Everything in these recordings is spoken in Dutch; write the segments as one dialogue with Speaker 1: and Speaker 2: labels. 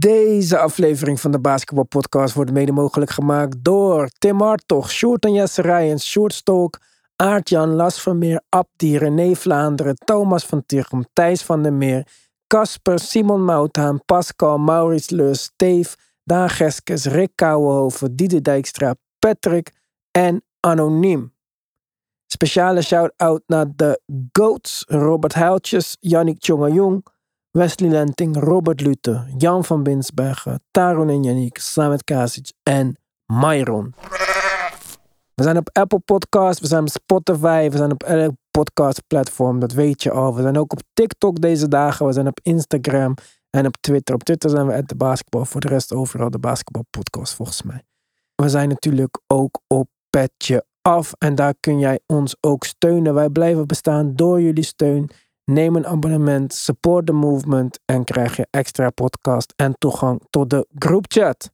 Speaker 1: Deze aflevering van de Basketball Podcast wordt mede mogelijk gemaakt door Tim Hartog, Sjoerd en Jesse Rijens, Sjoerd Stolk, Aart-Jan, Las Vermeer, Abdi, René Vlaanderen, Thomas van Tichem, Thijs van der Meer, Casper, Simon Mouthaan, Pascal, Maurice Leus, Steve, Daan Geskes, Rick Kouwenhoven, Diede Dijkstra, Patrick en Anoniem. Speciale shout-out naar de GOATs, Robert Huiltjes, Yannick Tjongajong, Wesley Lenting, Robert Lute, Jan van Binsbergen, Tarun en Yannick, Samet Kasic en Myron. We zijn op Apple Podcasts, we zijn op Spotify, we zijn op elk podcastplatform, dat weet je al. We zijn ook op TikTok deze dagen, we zijn op Instagram en op Twitter. Op Twitter zijn we @basketball, voor de rest overal de Basketball Podcast volgens mij. We zijn natuurlijk ook op Petje Af en daar kun jij ons ook steunen. Wij blijven bestaan door jullie steun. Neem een abonnement, support the movement en krijg je extra podcast en toegang tot de groupchat.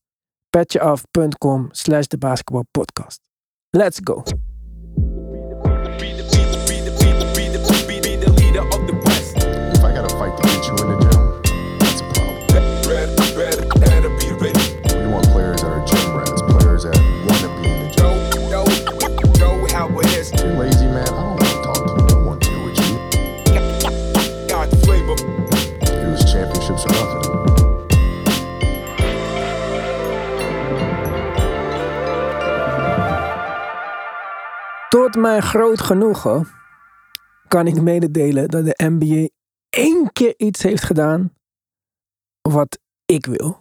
Speaker 1: petjeaf.com/thebasketballpodcast. Let's go.
Speaker 2: If I gotta fight to get you in the gym, that's a problem. We want players that are gym rats, players that want to be in the gym. You're lazy, man. I don't want to talk to you. I want to deal with you. It was championships or nothing.
Speaker 1: Tot mijn groot genoegen kan ik mededelen dat de NBA 1 keer iets heeft gedaan wat ik wil.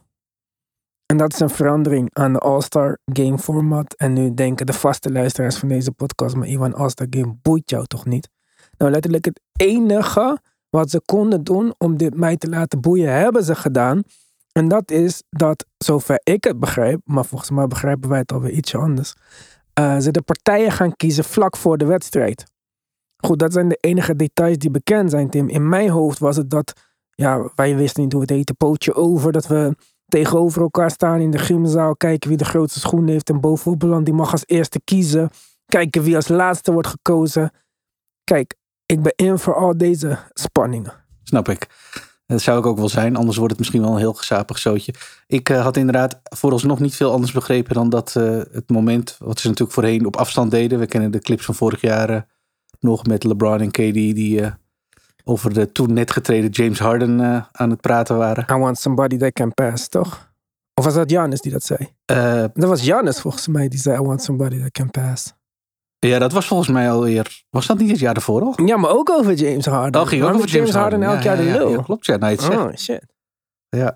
Speaker 1: En dat is een verandering aan de All-Star Game format. En nu denken de vaste luisteraars van deze podcast, maar Iwan, All-Star Game boeit jou toch niet? Nou, letterlijk het enige wat ze konden doen om dit mij te laten boeien, hebben ze gedaan. En dat is dat, zover ik het begrijp, maar volgens mij begrijpen wij het alweer ietsje anders, ze de partijen gaan kiezen vlak voor de wedstrijd. Goed, dat zijn de enige details die bekend zijn, Tim. In mijn hoofd was het dat, ja, wij wisten niet hoe het heette, pootje over, dat we tegenover elkaar staan in de gymzaal, kijken wie de grootste schoen heeft en bovenop die mag als eerste kiezen, kijken wie als laatste wordt gekozen. Kijk, ik ben in voor al deze spanningen.
Speaker 3: Snap ik. Dat zou ik ook wel zijn. Anders wordt het misschien wel een heel gezapig zootje. Ik had inderdaad vooralsnog niet veel anders begrepen dan dat het moment, wat ze natuurlijk voorheen op afstand deden. We kennen de clips van vorig jaar nog met LeBron en KD die over de toen net getreden James Harden aan het praten waren.
Speaker 1: I want somebody that can pass, toch? Of was dat Giannis die dat zei? Dat was Giannis volgens mij die zei I want somebody that can pass.
Speaker 3: Ja, dat was volgens mij alweer. Was dat niet het jaar ervoor al?
Speaker 1: Ja, maar ook over James Harden.
Speaker 3: Oh, ging ook over James Harden
Speaker 1: elk jaar de lul.
Speaker 3: Ja, klopt, ja. Nou, het zegt.
Speaker 1: Oh, shit.
Speaker 3: Ja.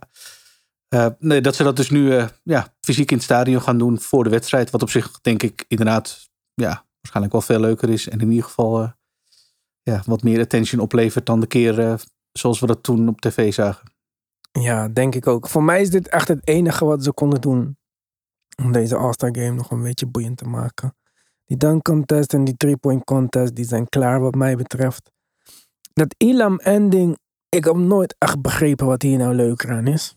Speaker 3: Nee, dat ze dat dus nu fysiek in het stadion gaan doen voor de wedstrijd. Wat op zich, denk ik, inderdaad waarschijnlijk wel veel leuker is. En in ieder geval wat meer attention oplevert dan de keer zoals we dat toen op tv zagen.
Speaker 1: Ja, denk ik ook. Voor mij is dit echt het enige wat ze konden doen om deze All-Star Game nog een beetje boeiend te maken. Die dunk contest en die 3-point contest, die zijn klaar wat mij betreft. Dat Elam ending, ik heb nooit echt begrepen wat hier nou leuker aan is.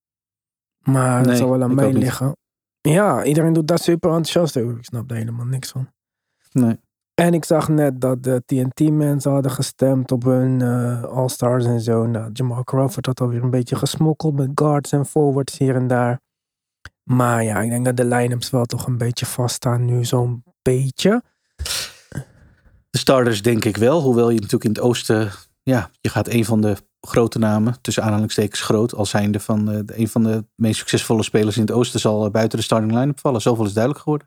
Speaker 1: Maar dat zal wel aan mij liggen. Ja, iedereen doet daar super enthousiast over. Ik snap er helemaal niks van.
Speaker 3: Nee.
Speaker 1: En ik zag net dat de TNT-mensen hadden gestemd op hun All-Stars en zo. Nou, Jamal Crawford had alweer een beetje gesmokkeld met guards en forwards hier en daar. Maar ja, ik denk dat de line-ups wel toch een beetje vaststaan nu, zo'n beetje.
Speaker 3: De starters denk ik wel. Hoewel je natuurlijk in het oosten, je gaat een van de grote namen, tussen aanhalingstekens groot, als zijnde van een van de meest succesvolle spelers in het oosten zal buiten de starting line-up vallen. Zoveel is duidelijk geworden.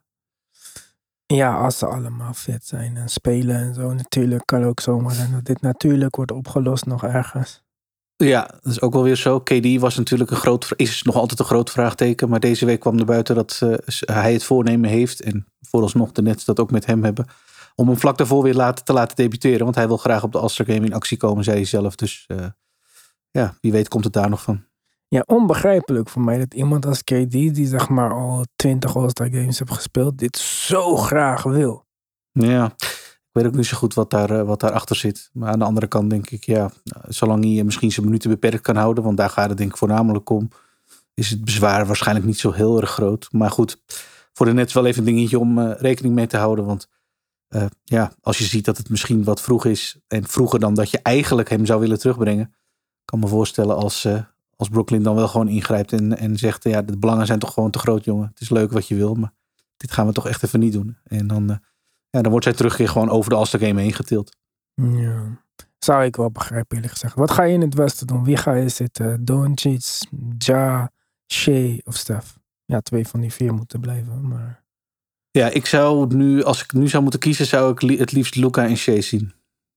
Speaker 1: Ja, als ze allemaal fit zijn en spelen en zo. Natuurlijk kan ook zomaar zijn dat dit natuurlijk wordt opgelost nog ergens.
Speaker 3: Ja, dat is ook wel weer zo. KD was natuurlijk is nog altijd een groot vraagteken. Maar deze week kwam er buiten dat hij het voornemen heeft. En vooralsnog de Nets dat ook met hem hebben. Om hem vlak daarvoor weer te laten debuteren. Want hij wil graag op de All-Star Game in actie komen, zei hij zelf. Dus wie weet komt het daar nog van.
Speaker 1: Ja, onbegrijpelijk voor mij dat iemand als KD, die zeg maar al 20 All-Star Games heeft gespeeld, dit zo graag wil.
Speaker 3: Ja, ik weet ook niet zo goed wat daar achter zit. Maar aan de andere kant denk ik, zolang hij misschien zijn minuten beperkt kan houden, want daar gaat het denk ik voornamelijk om, is het bezwaar waarschijnlijk niet zo heel erg groot. Maar goed, voor de Nets wel even een dingetje om rekening mee te houden. Want als je ziet dat het misschien wat vroeg is en vroeger dan dat je eigenlijk hem zou willen terugbrengen, kan me voorstellen als Brooklyn dan wel gewoon ingrijpt en zegt... ja, de belangen zijn toch gewoon te groot, jongen. Het is leuk wat je wil, maar dit gaan we toch echt even niet doen. En dan wordt zijn terugkeer gewoon over de All-Star Game heen getild.
Speaker 1: Ja. Zou ik wel begrijpen, eerlijk gezegd. Wat ga je in het Westen doen? Wie ga je zitten? Doncic, Ja, Shea of Steph? Ja, 2 van die 4 moeten blijven, maar...
Speaker 3: Ja, ik zou nu, als ik nu zou moeten kiezen... zou ik het liefst Luka en Shea zien.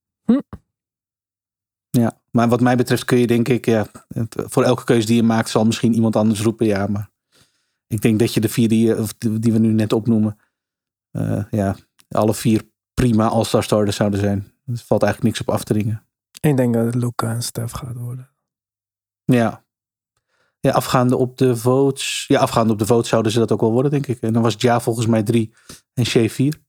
Speaker 3: Ja, maar wat mij betreft kun je denk ik... ja, voor elke keuze die je maakt... zal misschien iemand anders roepen, ja. Maar ik denk dat je de 4 die we nu net opnoemen... alle 4 prima All-Star starters zouden zijn. Er valt eigenlijk niks op af te dingen.
Speaker 1: Ik denk dat het Luka en Steph gaat worden.
Speaker 3: Ja. Ja, afgaande op de votes... Ja, afgaande op de votes zouden ze dat ook wel worden, denk ik. En dan was Ja volgens mij 3 en Shea 4.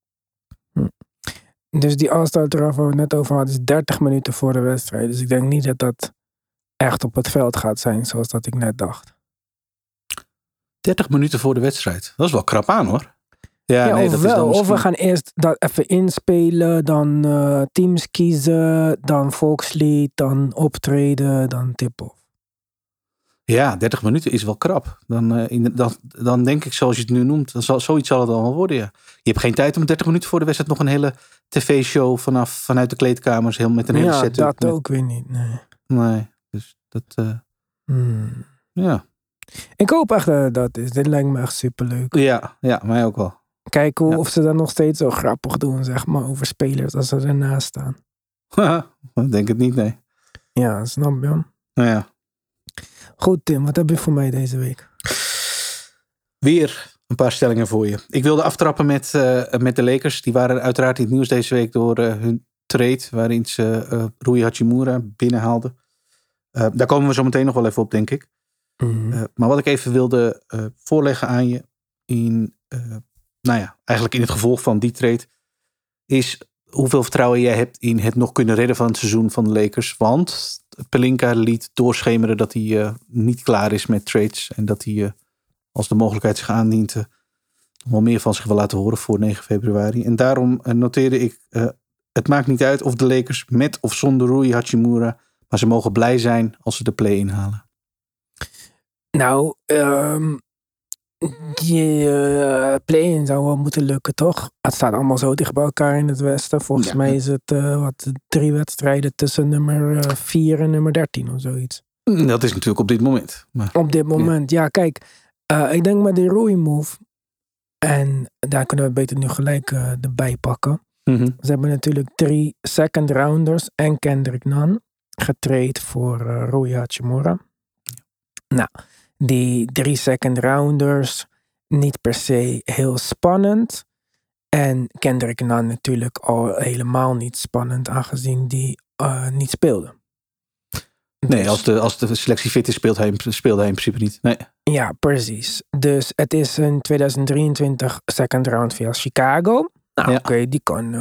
Speaker 1: Dus die All-Star draft waar we het net over hadden... is 30 minuten voor de wedstrijd. Dus ik denk niet dat dat echt op het veld gaat zijn... zoals dat ik net dacht.
Speaker 3: 30 minuten voor de wedstrijd. Dat is wel krap aan, hoor. Ja, nee,
Speaker 1: of
Speaker 3: dat
Speaker 1: wel.
Speaker 3: is dan misschien...
Speaker 1: Of we gaan eerst dat even inspelen... dan teams kiezen... dan volkslied... dan optreden... dan tip-off.
Speaker 3: Ja, 30 minuten is wel krap. Dan denk ik, zoals je het nu noemt... zoiets zal het dan wel worden, ja. Je hebt geen tijd om 30 minuten voor de wedstrijd... nog een hele tv-show vanuit de kleedkamers... met een hele setup.
Speaker 1: Ja, dat ook weer niet,
Speaker 3: Nee, dus dat... Ja.
Speaker 1: Ik hoop echt dat het dat is. Dit lijkt me echt superleuk.
Speaker 3: Ja, mij ook wel.
Speaker 1: Kijken of ze dat nog steeds zo grappig doen, zeg maar, over spelers als ze ernaast staan.
Speaker 3: Ik denk het niet, nee.
Speaker 1: Ja, snap je.
Speaker 3: Nou ja.
Speaker 1: Goed, Tim, wat heb je voor mij deze week?
Speaker 3: Weer een paar stellingen voor je. Ik wilde aftrappen met de Lakers. Die waren uiteraard in het nieuws deze week door hun trade... waarin ze Rui Hachimura binnenhaalden. Daar komen we zo meteen nog wel even op, denk ik. Maar wat ik even wilde voorleggen aan je... eigenlijk in het gevolg van die trade... is hoeveel vertrouwen jij hebt in het nog kunnen redden van het seizoen van de Lakers. Want Pelinka liet doorschemeren dat hij niet klaar is met trades. En dat hij, als de mogelijkheid zich aandient, wel meer van zich wil laten horen voor 9 februari. En daarom noteerde ik, het maakt niet uit of de Lakers met of zonder Rui Hachimura, maar ze mogen blij zijn als ze de play-in halen.
Speaker 1: Nou, die play-in zou wel moeten lukken, toch? Het staat allemaal zo dicht bij elkaar in het Westen. Volgens mij is het 3 wedstrijden tussen nummer 4 en nummer 13 of zoiets.
Speaker 3: Dat is natuurlijk op dit moment. Maar,
Speaker 1: op dit moment, ja kijk. Ik denk met die Rui move, en daar kunnen we beter nu gelijk erbij pakken.
Speaker 3: Mm-hmm.
Speaker 1: Ze hebben natuurlijk 3 second rounders en Kendrick Nunn getrade voor Rui Hachimura. Nou, die 3 second rounders, niet per se heel spannend. En Kendrick Nunn natuurlijk al helemaal niet spannend, aangezien die niet speelde.
Speaker 3: Nee, als de selectie fit is, speelde hij in principe niet. Nee.
Speaker 1: Ja, precies. Dus het is een 2023 second round via Chicago. Nou, oké, die kan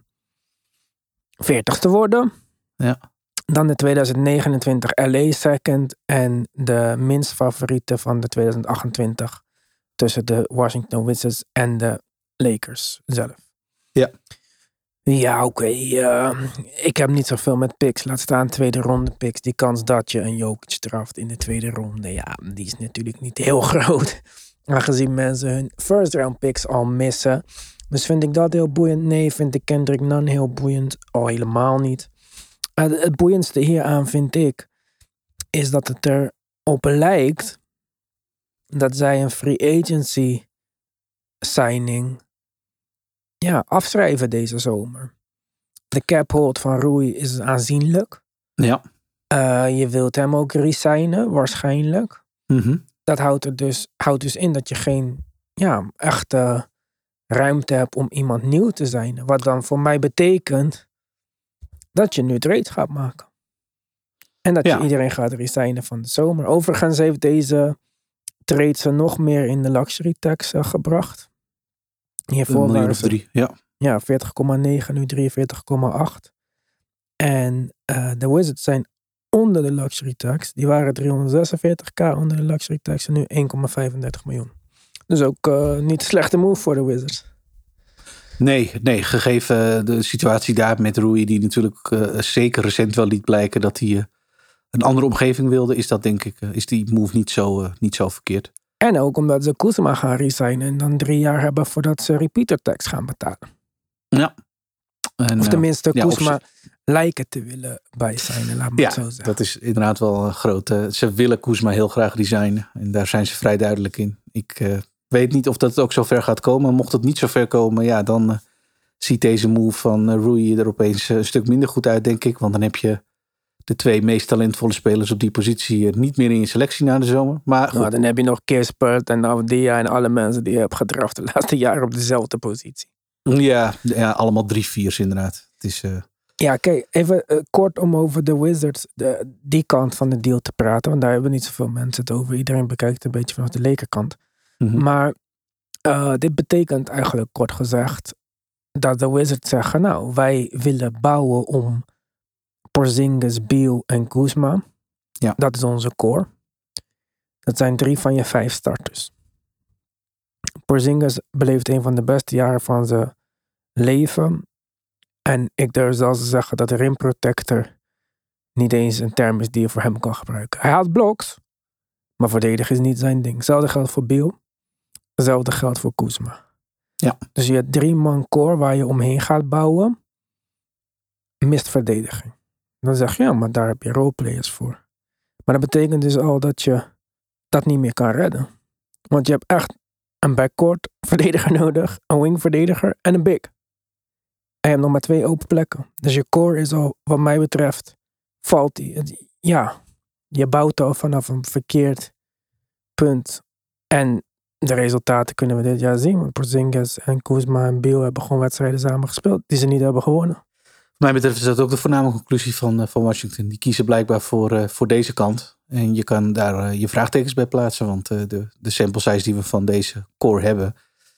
Speaker 1: 40ste worden.
Speaker 3: Ja.
Speaker 1: Dan de 2029 LA second en de minst favoriete van de 2028 tussen de Washington Wizards en de Lakers zelf.
Speaker 3: Ja.
Speaker 1: Ja, oké. Ik heb niet zoveel met picks. Laat staan tweede ronde picks. Die kans dat je een Jokic draft in de tweede ronde, ja, die is natuurlijk niet heel groot. Aangezien mensen hun first round picks al missen. Dus vind ik dat heel boeiend? Nee, vind ik Kendrick Nunn heel boeiend? Al helemaal niet. Het boeiendste hieraan vind ik, is dat het erop lijkt dat zij een free agency signing afschrijven deze zomer. De cap hold van Rui is aanzienlijk.
Speaker 3: Ja.
Speaker 1: Je wilt hem ook resignen, waarschijnlijk.
Speaker 3: Mm-hmm.
Speaker 1: Dat houdt dus in dat je geen echte ruimte hebt om iemand nieuw te zijn. Wat dan voor mij betekent dat je nu trades gaat maken. En dat je iedereen gaat resignen van de zomer. Overigens heeft deze trade ze nog meer in de luxury tax gebracht. Hiervoor waren ze
Speaker 3: 3, ja.
Speaker 1: 40,9, nu 43,8. En de Wizards zijn onder de luxury tax. Die waren 346k onder de luxury tax en nu 1,35 miljoen. Dus ook niet een slechte move voor de Wizards.
Speaker 3: Nee, gegeven de situatie daar met Rui, die natuurlijk zeker recent wel liet blijken dat hij een andere omgeving wilde, is dat denk ik, is die move niet zo verkeerd.
Speaker 1: En ook omdat ze Kuzma gaan resignen en dan 3 jaar hebben voordat ze repeater tax gaan betalen.
Speaker 3: Ja. En,
Speaker 1: of tenminste,
Speaker 3: ja,
Speaker 1: Kuzma lijken te willen bijsignen, laat me het zo zeggen.
Speaker 3: Dat is inderdaad wel een grote... Ze willen Kuzma heel graag resignen. En daar zijn ze vrij duidelijk in. Ik weet niet of dat ook zo ver gaat komen. Mocht het niet zo ver komen, ja, dan ziet deze move van Rui er opeens een stuk minder goed uit, denk ik. Want dan heb je de 2 meest talentvolle spelers op die positie niet meer in je selectie na de zomer. Maar goed.
Speaker 1: Nou, dan heb je nog Kispert en Avdia en alle mensen die je hebt gedraft de laatste jaren op dezelfde positie.
Speaker 3: Ja, allemaal 3-4's inderdaad. Het is...
Speaker 1: Ja, kijk, even kort om over de Wizards, die kant van de deal te praten. Want daar hebben niet zoveel mensen het over. Iedereen bekijkt een beetje vanaf de Lakerkant.
Speaker 3: Mm-hmm.
Speaker 1: Maar dit betekent eigenlijk kort gezegd dat de Wizards zeggen, nou, wij willen bouwen om Porzingis, Beal en Kuzma.
Speaker 3: Ja.
Speaker 1: Dat is onze core. Dat zijn 3 van je 5 starters. Porzingis beleeft een van de beste jaren van zijn leven. En ik durf zelfs te zeggen dat de rim protector niet eens een term is die je voor hem kan gebruiken. Hij haalt bloks, maar verdedigen is niet zijn ding. Hetzelfde geldt voor Beal. Hetzelfde geldt voor Kuzma.
Speaker 3: Ja.
Speaker 1: Dus je hebt 3-man core waar je omheen gaat bouwen. Mist verdediging. Dan zeg je, ja, maar daar heb je roleplayers voor. Maar dat betekent dus al dat je dat niet meer kan redden. Want je hebt echt een backcourt verdediger nodig, een wing verdediger en een big. En je hebt nog maar 2 open plekken. Dus je core is al, wat mij betreft, faulty. Ja, je bouwt al vanaf een verkeerd punt. En de resultaten kunnen we dit jaar zien. Want Porzingis en Kuzma en Beal hebben gewoon wedstrijden samen gespeeld die ze niet hebben gewonnen.
Speaker 3: Wat mij betreft is dat ook de voorname conclusie van Washington. Die kiezen blijkbaar voor deze kant. En je kan daar je vraagtekens bij plaatsen. Want de sample size die we van deze core hebben...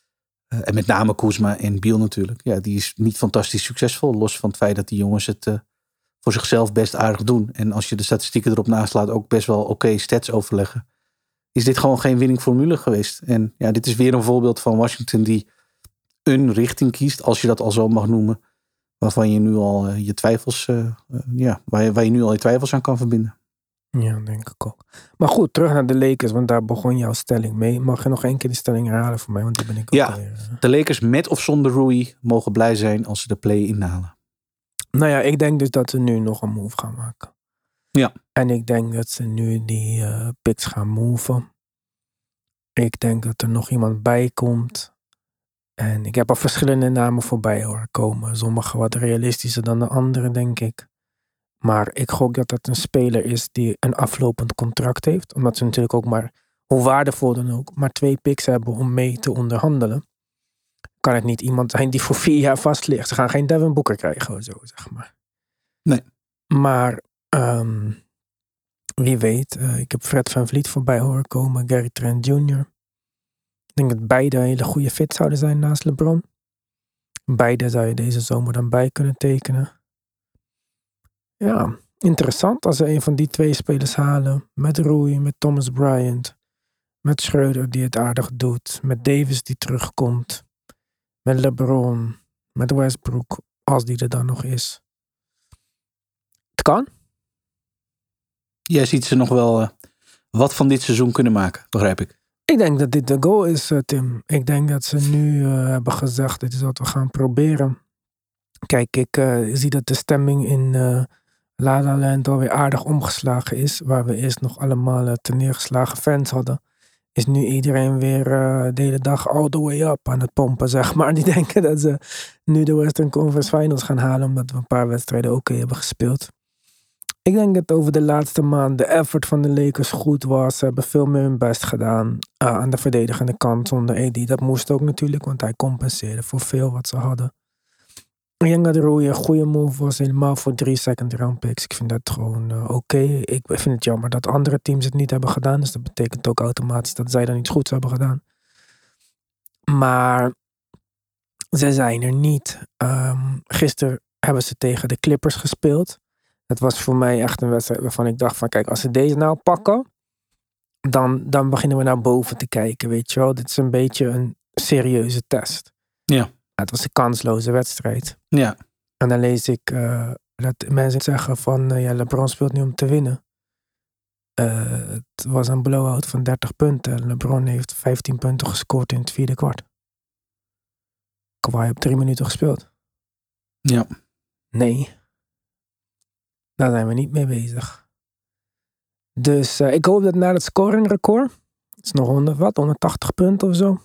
Speaker 3: en met name Kuzma en Beal natuurlijk. Ja, die is niet fantastisch succesvol. Los van het feit dat die jongens het voor zichzelf best aardig doen. En als je de statistieken erop naslaat ook best wel oké stats overleggen. Is dit gewoon geen winning formule geweest. En ja, dit is weer een voorbeeld van Washington die een richting kiest. Als je dat al zo mag noemen. Waarvan je nu al je twijfels... waar je nu al je twijfels aan kan verbinden.
Speaker 1: Ja, denk ik ook. Maar goed, terug naar de Lakers, want daar begon jouw stelling mee. Mag je nog 1 keer die stelling herhalen voor mij? Want die ben ik ook
Speaker 3: ja,
Speaker 1: weer...
Speaker 3: De Lakers met of zonder Rui mogen blij zijn als ze de play inhalen.
Speaker 1: Nou ja, ik denk dus dat ze nu nog een move gaan maken.
Speaker 3: Ja.
Speaker 1: En ik denk dat ze nu die picks gaan moven. Ik denk dat er nog iemand bij komt. En ik heb al verschillende namen voorbij horen komen. Sommige wat realistischer dan de andere, denk ik. Maar ik gok dat het een speler is die een aflopend contract heeft. Omdat ze natuurlijk ook maar, hoe waardevol dan ook, maar 2 picks hebben om mee te onderhandelen. Kan het niet iemand zijn die voor 4 jaar vast ligt. Ze gaan geen Devin Booker krijgen of zo, zeg maar.
Speaker 3: Nee.
Speaker 1: Maar wie weet. Ik heb Fred VanVleet voorbij horen komen. Gary Trent Jr. Ik denk dat beide een hele goede fit zouden zijn naast LeBron. Beide zou je deze zomer dan bij kunnen tekenen. Ja, interessant als ze een van die 2 spelers halen. Met Rui, met Thomas Bryant. Met Schreuder die het aardig doet. Met Davis die terugkomt. Met LeBron. Met Westbrook. Als die er dan nog is. Het kan.
Speaker 3: Jij ziet ze nog wel wat van dit seizoen kunnen maken, begrijp ik.
Speaker 1: Ik denk dat dit de goal is, Tim. Ik denk dat ze nu hebben gezegd, dit is wat we gaan proberen. Kijk, ik zie dat de stemming in La La Land alweer aardig omgeslagen is. Waar we eerst nog allemaal terneergeslagen fans hadden. Is nu iedereen weer de hele dag all the way up aan het pompen, zeg maar. Die denken dat ze nu de Western Conference Finals gaan halen. Omdat we een paar wedstrijden oké hebben gespeeld. Ik denk dat over de laatste maand de effort van de Lakers goed was. Ze hebben veel meer hun best gedaan aan de verdedigende kant zonder AD. Dat moest ook natuurlijk, want hij compenseerde voor veel wat ze hadden. Ik denk dat Rui een goede move was, helemaal voor 3 second round picks. Ik vind dat gewoon oké. Ik vind het jammer dat andere teams het niet hebben gedaan. Dus dat betekent ook automatisch dat zij dan iets goeds hebben gedaan. Maar ze zijn er niet. Gisteren hebben ze tegen de Clippers gespeeld. Het was voor mij echt een wedstrijd waarvan ik dacht van kijk, als ze deze nou pakken, dan beginnen we naar boven te kijken, weet je wel. Dit is een beetje een serieuze test.
Speaker 3: Ja.
Speaker 1: Het was een kansloze wedstrijd.
Speaker 3: Ja.
Speaker 1: En dan lees ik dat mensen zeggen van LeBron speelt nu om te winnen. Het was een blowout van 30 punten. LeBron heeft 15 punten gescoord in het vierde kwart. Kawhi heeft 3 minuten gespeeld.
Speaker 3: Ja.
Speaker 1: Nee. Daar zijn we niet mee bezig. Dus ik hoop dat na het scoringrecord, het is nog 180 punten of zo.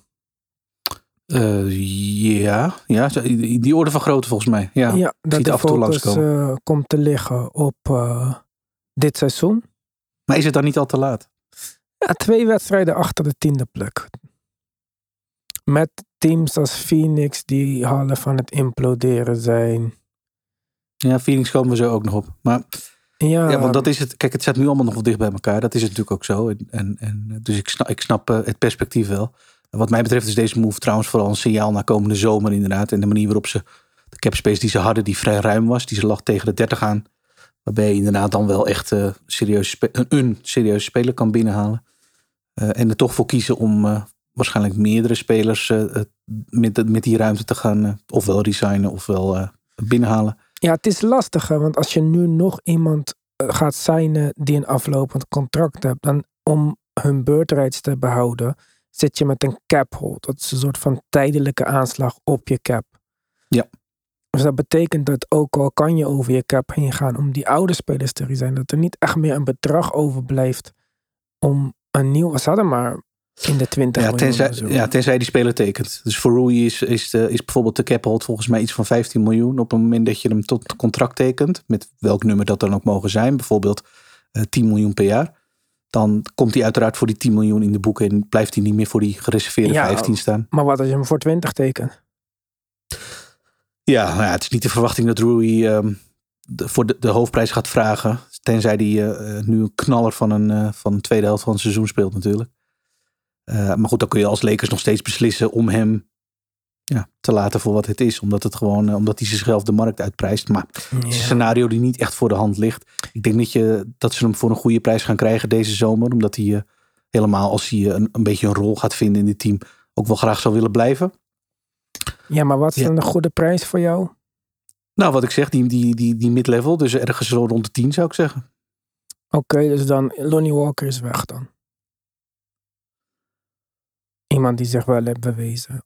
Speaker 3: Ja, die orde van grootte volgens mij. Ja,
Speaker 1: dat de focus komt te liggen op dit seizoen.
Speaker 3: Maar is het dan niet al te laat?
Speaker 1: Ja, 2 wedstrijden achter de 10e plek. Met teams als Phoenix die half van het imploderen zijn.
Speaker 3: Ja, Phoenix komen we zo ook nog op. Maar ja, want dat is het. Kijk, het staat nu allemaal nog wel dicht bij elkaar. Dat is het natuurlijk ook zo. Dus ik snap het perspectief wel. Wat mij betreft is deze move trouwens vooral een signaal naar komende zomer inderdaad. En de manier waarop ze de cap space die ze hadden, die vrij ruim was. Die ze lag tegen de 30 aan. Waarbij je inderdaad dan wel echt een serieuze speler kan binnenhalen. En er toch voor kiezen om waarschijnlijk meerdere spelers met die ruimte te gaan ofwel resignen ofwel binnenhalen.
Speaker 1: Ja, het is lastig, want als je nu nog iemand gaat signen die een aflopend contract hebt, dan om hun birthrights te behouden, zit je met een cap hold. Dat is een soort van tijdelijke aanslag op je cap.
Speaker 3: Ja.
Speaker 1: Dus dat betekent dat ook al kan je over je cap heen gaan om die oude spelers te resignen, dat er niet echt meer een bedrag overblijft om een nieuw, wat hadden maar in de 20 miljoen.
Speaker 3: Tenzij die speler tekent. Dus voor Rui is bijvoorbeeld de cap hold volgens mij iets van 15 miljoen op het moment dat je hem tot contract tekent, met welk nummer dat dan ook mogen zijn, bijvoorbeeld 10 miljoen per jaar. Dan komt hij uiteraard voor die 10 miljoen in de boeken en blijft hij niet meer voor die gereserveerde 15 staan.
Speaker 1: Maar wat als je hem voor 20 tekent?
Speaker 3: Ja, het is niet de verwachting dat Rui voor de hoofdprijs gaat vragen. Tenzij hij nu een knaller van een tweede helft van het seizoen speelt natuurlijk. Maar goed, dan kun je als Lakers nog steeds beslissen om hem te laten voor wat het is. Omdat hij zichzelf de markt uitprijst. Maar het is een scenario die niet echt voor de hand ligt. Ik denk dat ze hem voor een goede prijs gaan krijgen deze zomer. Omdat hij helemaal als hij een beetje een rol gaat vinden in het team ook wel graag zou willen blijven.
Speaker 1: Ja, maar wat is dan een goede prijs voor jou?
Speaker 3: Nou, wat ik zeg, die mid-level. Dus ergens zo rond de 10 zou ik zeggen.
Speaker 1: Oké, dus dan Lonnie Walker is weg dan. Iemand die zich wel heeft bewezen.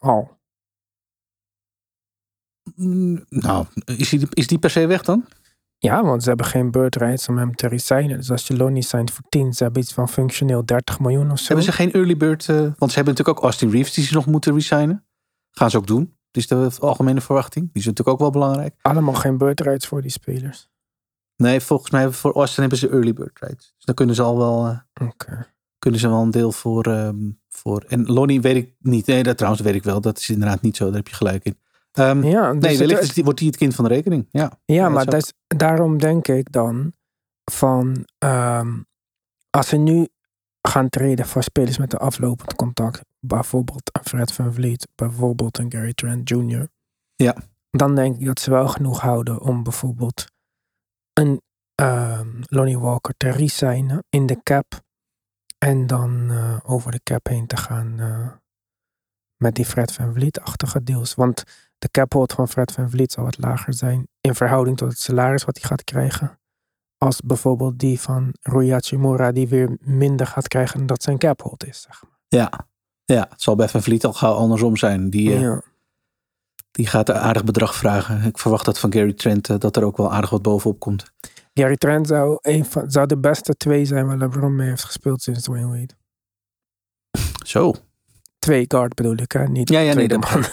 Speaker 3: Nou, is die per se weg dan?
Speaker 1: Ja, want ze hebben geen birthrights om hem te resignen. Dus als je Lonnie signed voor 10, ze hebben iets van functioneel 30 miljoen of zo.
Speaker 3: Hebben ze geen early bird? Want ze hebben natuurlijk ook Austin Reeves die ze nog moeten resignen. Gaan ze ook doen. Dat is de algemene verwachting. Die is natuurlijk ook wel belangrijk.
Speaker 1: Allemaal geen birthrights voor die spelers.
Speaker 3: Nee, volgens mij voor Austin hebben ze early birthrights. Dus dan kunnen ze al wel... Kunnen ze wel een deel voor... En Lonnie weet ik niet. Nee, dat trouwens weet ik wel. Dat is inderdaad niet zo. Daar heb je gelijk in. Dus wellicht wordt hij het kind van de rekening. Ja,
Speaker 1: maar daarom denk ik dan van... als ze nu gaan treden voor spelers met een aflopend contract, bijvoorbeeld een Fred VanVleet, bijvoorbeeld een Gary Trent Jr.
Speaker 3: Ja.
Speaker 1: Dan denk ik dat ze wel genoeg houden om bijvoorbeeld een Lonnie Walker te resignen in de cap en dan over de cap heen te gaan met die Fred VanVleet-achtige deals. Want de cap hold van Fred VanVleet zal wat lager zijn in verhouding tot het salaris wat hij gaat krijgen. Als bijvoorbeeld die van Rui Hachimura die weer minder gaat krijgen dan dat zijn cap hold is. Zeg maar.
Speaker 3: Ja, het zal bij VanVleet al gauw andersom zijn. Die gaat een aardig bedrag vragen. Ik verwacht dat van Gary Trent dat er ook wel aardig wat bovenop komt.
Speaker 1: Gary Trent zou de beste 2 zijn waar LeBron mee heeft gespeeld sinds Dwayne Wade.
Speaker 3: Zo.
Speaker 1: 2 guard bedoel ik, hè? Niet tweede man.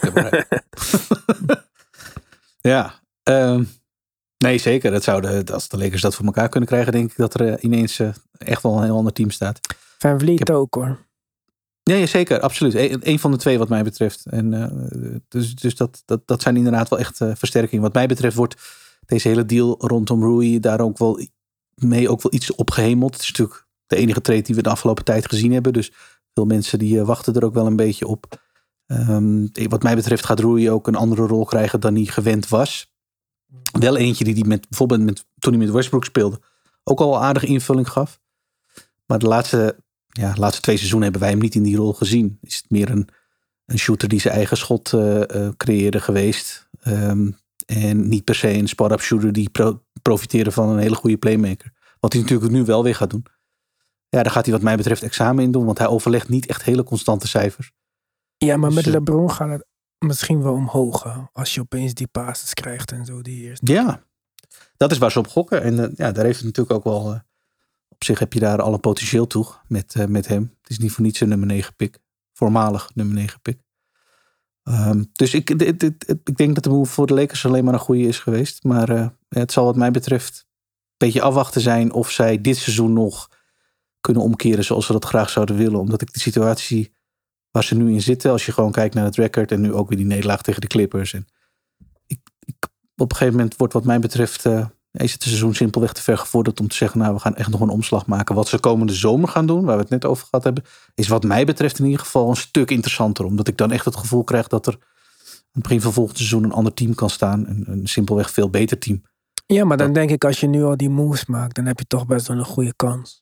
Speaker 3: Ja. Nee, zeker. Als de Lakers dat voor elkaar kunnen krijgen, denk ik dat er ineens echt wel een heel ander team staat.
Speaker 1: VanVleet ook hoor.
Speaker 3: Ja, zeker. Absoluut. Eén van de 2 wat mij betreft. En dus dat zijn inderdaad wel echt versterkingen. Wat mij betreft wordt deze hele deal rondom Rui daar ook wel iets opgehemeld. Het is natuurlijk de enige trade die we de afgelopen tijd gezien hebben. Dus veel mensen die wachten er ook wel een beetje op. Wat mij betreft gaat Rui ook een andere rol krijgen dan hij gewend was. Wel eentje die bijvoorbeeld toen hij met Westbrook speelde ook al aardige invulling gaf. Maar de laatste 2 seizoenen hebben wij hem niet in die rol gezien. Is het meer een shooter die zijn eigen schot creëerde geweest. En niet per se een spot-up shooter die profiteerde van een hele goede playmaker. Wat hij natuurlijk nu wel weer gaat doen. Ja, daar gaat hij wat mij betreft examen in doen. Want hij overlegt niet echt hele constante cijfers.
Speaker 1: Ja, maar
Speaker 3: Dus,
Speaker 1: met LeBron gaat het misschien wel omhoog. Hè? Als je opeens die passes krijgt en zo. Die eerste.
Speaker 3: Ja, dat is waar ze op gokken. En daar heeft het natuurlijk ook wel... op zich heb je daar alle potentieel toe met hem. Het is niet voor niets een nummer 9 pick. Voormalig nummer 9 pick. Dus ik denk dat de move voor de Lakers alleen maar een goede is geweest. Maar het zal wat mij betreft een beetje afwachten zijn of zij dit seizoen nog kunnen omkeren zoals we dat graag zouden willen. Omdat ik de situatie waar ze nu in zitten, als je gewoon kijkt naar het record en nu ook weer die nederlaag tegen de Clippers. En op een gegeven moment wordt wat mij betreft is het seizoen simpelweg te ver gevorderd om te zeggen, nou we gaan echt nog een omslag maken. Wat ze komende zomer gaan doen, waar we het net over gehad hebben, is wat mij betreft in ieder geval een stuk interessanter. Omdat ik dan echt het gevoel krijg dat er aan het begin van volgend seizoen een ander team kan staan. Een simpelweg veel beter team.
Speaker 1: Ja, maar dan denk ik als je nu al die moves maakt, dan heb je toch best wel een goede kans.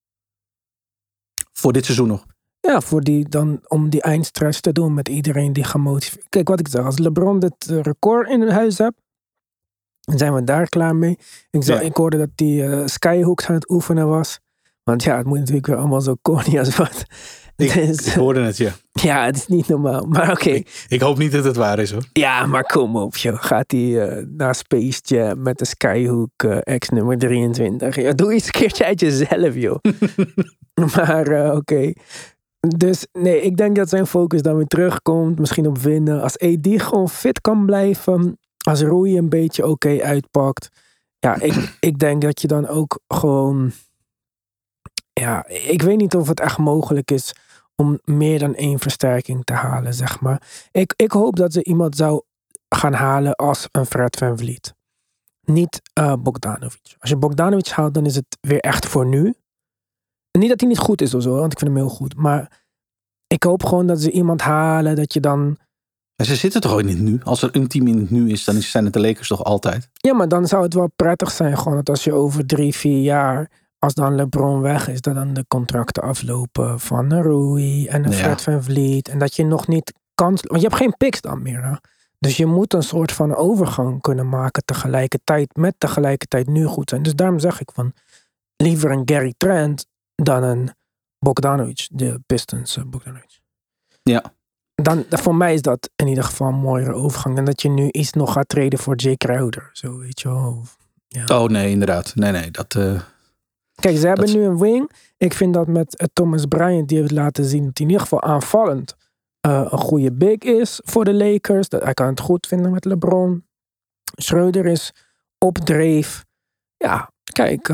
Speaker 3: Voor dit seizoen nog.
Speaker 1: Ja, om die eindstress te doen met iedereen die gemotiveerd. Kijk wat ik zeg, als LeBron dit record in huis hebt, dan zijn we daar klaar mee. Ik hoorde dat die skyhooks aan het oefenen was. Want ja, het moet natuurlijk weer allemaal zo corny als wat.
Speaker 3: Ik hoorde het, ja.
Speaker 1: Ja, het is niet normaal. Maar oké.
Speaker 3: Ik hoop niet dat het waar is, hoor.
Speaker 1: Ja, maar kom op, joh. Gaat hij naar Space Jam met de skyhook ex nummer 23. Ja, doe iets een keertje uit jezelf, joh. Maar oké. Dus nee, ik denk dat zijn focus dan weer terugkomt. Misschien op winnen. Als AD gewoon fit kan blijven. Als Rui een beetje oké uitpakt. Ja, ik denk dat je dan ook gewoon... Ja, ik weet niet of het echt mogelijk is om meer dan 1 versterking te halen, zeg maar. Ik hoop dat ze iemand zou gaan halen als een Fred VanVleet. Niet Bogdanovic. Als je Bogdanovic haalt, dan is het weer echt voor nu. En niet dat hij niet goed is of zo, want ik vind hem heel goed. Maar ik hoop gewoon dat ze iemand halen, dat je dan...
Speaker 3: Maar ze zitten toch ook in het nu? Als er een team in het nu is, dan zijn het de Lakers toch altijd?
Speaker 1: Ja, maar dan zou het wel prettig zijn, gewoon dat als je over 3-4 jaar... Als dan LeBron weg is, dat dan de contracten aflopen van een Rui en een Fred VanVleet. En dat je nog niet kans... Want je hebt geen picks dan meer. Hè? Dus je moet een soort van overgang kunnen maken tegelijkertijd nu goed zijn. Dus daarom zeg ik van liever een Gary Trent dan een Bogdanovic. De Pistons Bogdanovic.
Speaker 3: Ja.
Speaker 1: Dan, voor mij is dat in ieder geval een mooiere overgang. Dan dat je nu iets nog gaat treden voor Jay Crowder. Zo, weet je wel. Ja.
Speaker 3: Oh nee, inderdaad. Nee, dat...
Speaker 1: Kijk, ze hebben nu een wing. Ik vind dat met Thomas Bryant, die heeft laten zien dat hij in ieder geval aanvallend een goede big is voor de Lakers. Hij kan het goed vinden met LeBron. Schröder is op dreef. Ja, kijk,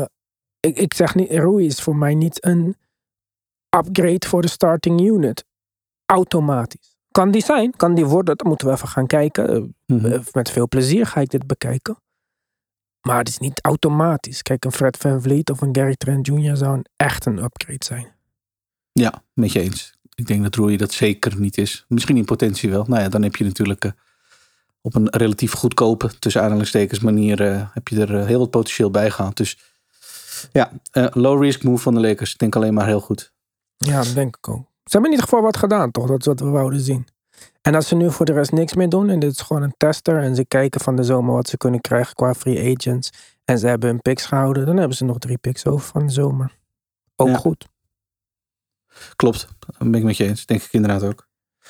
Speaker 1: ik zeg niet, Rui is voor mij niet een upgrade voor de starting unit. Automatisch. Kan die zijn? Kan die worden? Dat moeten we even gaan kijken. Met veel plezier ga ik dit bekijken. Maar het is niet automatisch. Kijk, een Fred VanVleet of een Gary Trent Jr. zou echt een upgrade zijn.
Speaker 3: Ja, met je eens. Ik denk dat Rui dat zeker niet is. Misschien in potentie wel. Nou ja, dan heb je natuurlijk op een relatief goedkope, tussen aanhalingstekens manier, heb je er heel wat potentieel bij gehaald. Dus ja, low risk move van de Lakers. Ik denk alleen maar heel goed.
Speaker 1: Ja, dat denk ik ook. Ze hebben in ieder geval wat gedaan, toch? Dat is wat we wouden zien. En als ze nu voor de rest niks meer doen en dit is gewoon een tester en ze kijken van de zomer wat ze kunnen krijgen qua free agents en ze hebben hun picks gehouden, dan hebben ze nog 3 picks over van de zomer. Ook goed.
Speaker 3: Klopt, dat ben ik met je eens. Denk ik inderdaad ook.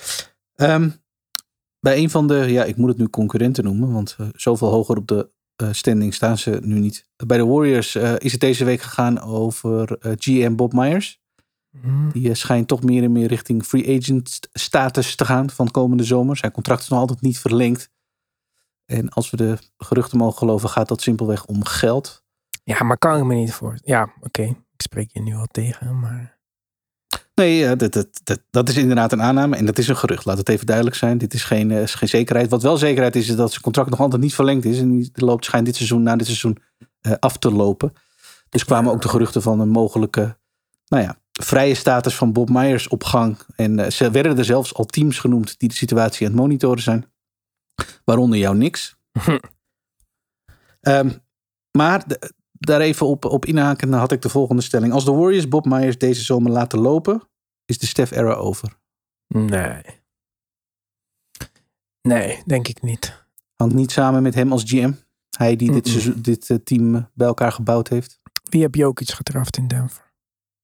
Speaker 3: Bij een van de, ik moet het nu concurrenten noemen, want zoveel hoger op de standing staan ze nu niet. Bij de Warriors is het deze week gegaan over GM Bob Myers. Die schijnt toch meer en meer richting free agent status te gaan van komende zomer. Zijn contract is nog altijd niet verlengd. En als we de geruchten mogen geloven, gaat dat simpelweg om geld.
Speaker 1: Ja, maar kan ik me niet voor. Ja, oké. Ik spreek je nu al tegen, maar...
Speaker 3: Nee, dat is inderdaad een aanname en dat is een gerucht. Laat het even duidelijk zijn. Dit is geen zekerheid. Wat wel zekerheid is dat zijn contract nog altijd niet verlengd is. En die schijnt dit seizoen af te lopen. Dus kwamen ook de geruchten van een mogelijke vrije status van Bob Myers op gang. En ze werden er zelfs al teams genoemd die de situatie aan het monitoren zijn. Waaronder jou niks. Maar daar even op inhaken, dan had ik de volgende stelling. Als de Warriors Bob Myers deze zomer laten lopen, is de Steph-era over?
Speaker 1: Nee, denk ik niet.
Speaker 3: Hangt niet samen met hem als GM? Hij die dit team bij elkaar gebouwd heeft?
Speaker 1: Wie heb Jokic gedraft in Denver?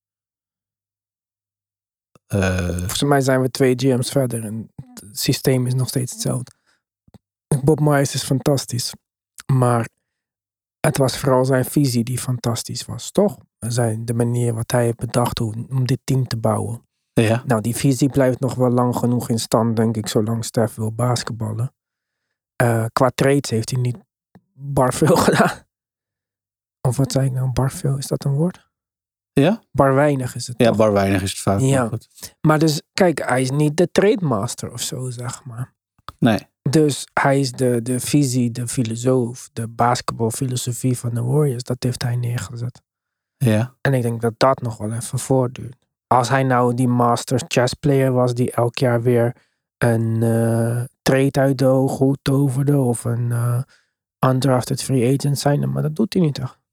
Speaker 1: Volgens mij zijn we 2 GM's verder en het systeem is nog steeds hetzelfde. Bob Myers is fantastisch, maar het was vooral zijn visie die fantastisch was, toch? De manier wat hij heeft bedacht om dit team te bouwen.
Speaker 3: Ja.
Speaker 1: Nou, die visie blijft nog wel lang genoeg in stand, denk ik, zolang Steph wil basketballen. Qua trades heeft hij niet bar veel gedaan. Of wat zei ik nou, bar veel? Is dat een woord?
Speaker 3: Ja?
Speaker 1: Bar weinig is het,
Speaker 3: Ja,
Speaker 1: toch?
Speaker 3: bar weinig is het vaak.
Speaker 1: Ja. Maar dus, kijk, hij is niet de trademaster of zo, zeg maar.
Speaker 3: Nee.
Speaker 1: Dus hij is de visie, de filosoof, de basketbalfilosofie van de Warriors. Dat heeft hij neergezet.
Speaker 3: Ja.
Speaker 1: En ik denk dat dat nog wel even voortduurt. Als hij nou die Masters chess player was die elk jaar weer een trade uit de hooghoed toverde of een undrafted free agent zijn, maar dat doet hij niet echt.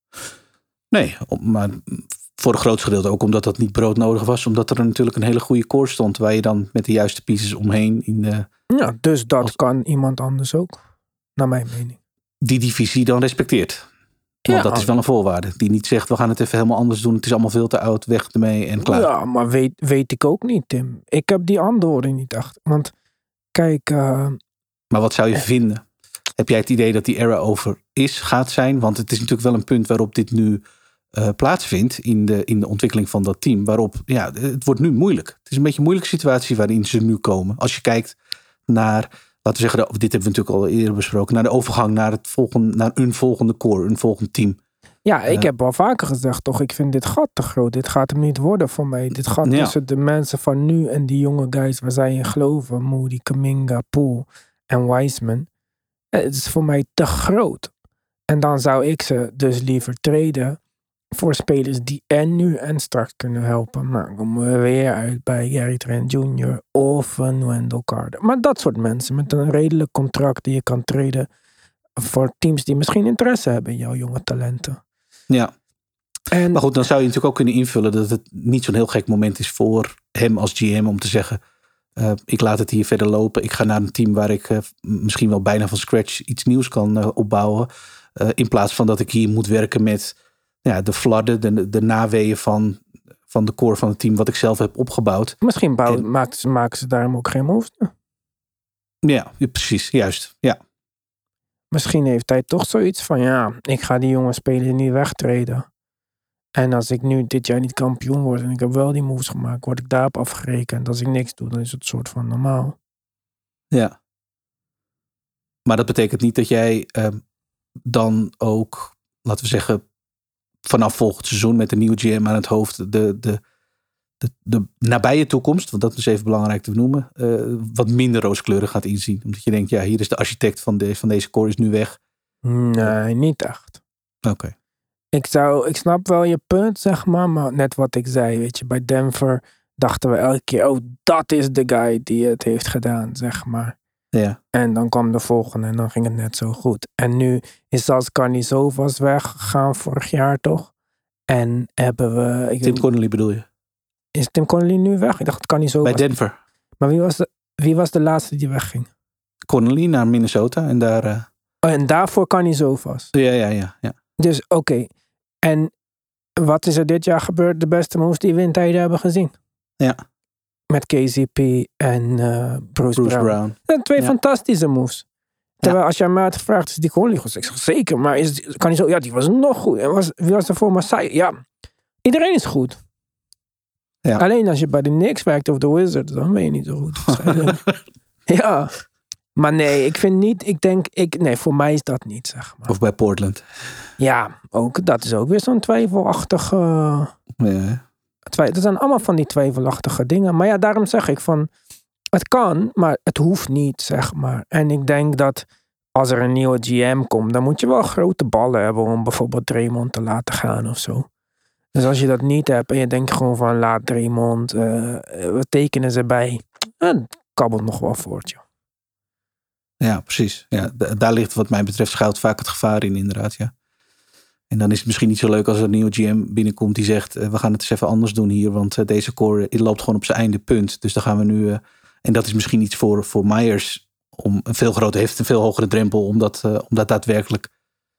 Speaker 3: Nee, maar voor een groot gedeelte ook omdat dat niet broodnodig was. Omdat er natuurlijk een hele goede core stond waar je dan met de juiste pieces omheen
Speaker 1: Ja, dus dat kan iemand anders ook, naar mijn mening.
Speaker 3: die divisie dan respecteert. Want dat is wel een voorwaarde. Die niet zegt, we gaan het even helemaal anders doen. Het is allemaal veel te oud, weg ermee en klaar.
Speaker 1: Ja, maar weet ik ook niet, Tim. Ik heb die antwoorden niet echt. Want, kijk...
Speaker 3: Maar wat zou je vinden? Heb jij het idee dat die era over gaat zijn? Want het is natuurlijk wel een punt waarop dit nu plaatsvindt in de ontwikkeling van dat team. Waarop, ja, het wordt nu moeilijk. Het is een beetje een moeilijke situatie waarin ze nu komen. Als je kijkt naar, laten we zeggen, dit hebben we natuurlijk al eerder besproken, naar de overgang naar een volgende core, een volgend team.
Speaker 1: Ja, ik heb al vaker gezegd, toch, ik vind dit gat te groot. Dit gaat hem niet worden voor mij. Dit gaat tussen de mensen van nu en die jonge guys waar zij in geloven. Moody, Kuminga, Poole en Wiseman. Het is voor mij te groot. En dan zou ik ze dus liever traden voor spelers die en nu en straks kunnen helpen. Maar dan komen we weer uit bij Gary Trent Jr. of een Wendell Carter. Maar dat soort mensen met een redelijk contract die je kan traden voor teams die misschien interesse hebben in jouw jonge talenten.
Speaker 3: Ja. Maar goed, dan zou je natuurlijk ook kunnen invullen dat het niet zo'n heel gek moment is voor hem als GM om te zeggen, ik laat het hier verder lopen. Ik ga naar een team waar ik misschien wel bijna van scratch iets nieuws kan opbouwen. In plaats van dat ik hier moet werken met de fladden, de naweeën van de core van het team wat ik zelf heb opgebouwd.
Speaker 1: Misschien maken ze daarom ook geen moves.
Speaker 3: Ja, precies. Juist. Ja.
Speaker 1: Misschien heeft hij toch zoiets van, ik ga die jonge spelers niet wegtreden. En als ik nu dit jaar niet kampioen word en ik heb wel die moves gemaakt, word ik daarop afgerekend. Als ik niks doe, dan is het soort van normaal.
Speaker 3: Ja. Maar dat betekent niet dat jij dan ook, laten we zeggen, vanaf volgend seizoen met een nieuwe GM aan het hoofd de nabije toekomst, want dat is even belangrijk te benoemen, wat minder rooskleurig gaat inzien. Omdat je denkt, hier is de architect van deze core is nu weg.
Speaker 1: Nee, niet echt.
Speaker 3: Oké.
Speaker 1: Ik snap wel je punt, zeg maar net wat ik zei, weet je, bij Denver dachten we elke keer, dat is de guy die het heeft gedaan, zeg maar.
Speaker 3: Ja.
Speaker 1: En dan kwam de volgende en dan ging het net zo goed. En nu is zelfs Carnizovas weggegaan vorig jaar, toch? En hebben we...
Speaker 3: Tim Connelly bedoel je?
Speaker 1: Is Tim Connelly nu weg? Ik dacht Carnizovas.
Speaker 3: Bij Denver.
Speaker 1: Maar wie was de laatste die wegging?
Speaker 3: Connelly naar Minnesota en daar...
Speaker 1: En daarvoor Carnizovas.
Speaker 3: Ja.
Speaker 1: Dus oké. En wat is er dit jaar gebeurd? De beste moves die we in tijden hebben gezien.
Speaker 3: Ja.
Speaker 1: Met KCP en Bruce Brown. Dat zijn 2 fantastische moves. Terwijl als jij mij had gevraagd, is die Connelly goed? Ik zeg zeker, maar kan niet zo. Ja, die was nog goed. En wie was er voor Masai? Ja, iedereen is goed. Ja. Alleen als je bij de Knicks werkt of de Wizards, dan ben je niet zo goed. Ja. Maar nee, ik vind niet, nee, voor mij is dat niet, zeg maar.
Speaker 3: Of bij Portland.
Speaker 1: Ja, dat is ook weer zo'n twijfelachtige...
Speaker 3: Ja.
Speaker 1: Dat zijn allemaal van die twijfelachtige dingen. Maar ja, daarom zeg ik van, het kan, maar het hoeft niet, zeg maar. En ik denk dat als er een nieuwe GM komt, dan moet je wel grote ballen hebben om bijvoorbeeld Draymond te laten gaan of zo. Dus als je dat niet hebt en je denkt gewoon van, laat Draymond, wat tekenen ze bij? Het kabbelt nog wel voort, joh.
Speaker 3: Ja, precies. Ja, daar ligt wat mij betreft schuilt vaak het gevaar in, inderdaad, ja. En dan is het misschien niet zo leuk als er een nieuwe GM binnenkomt die zegt, we gaan het eens even anders doen hier, want deze core loopt gewoon op zijn einde punt. Dus dan gaan we nu, en dat is misschien iets voor Myers, heeft een veel hogere drempel om dat daadwerkelijk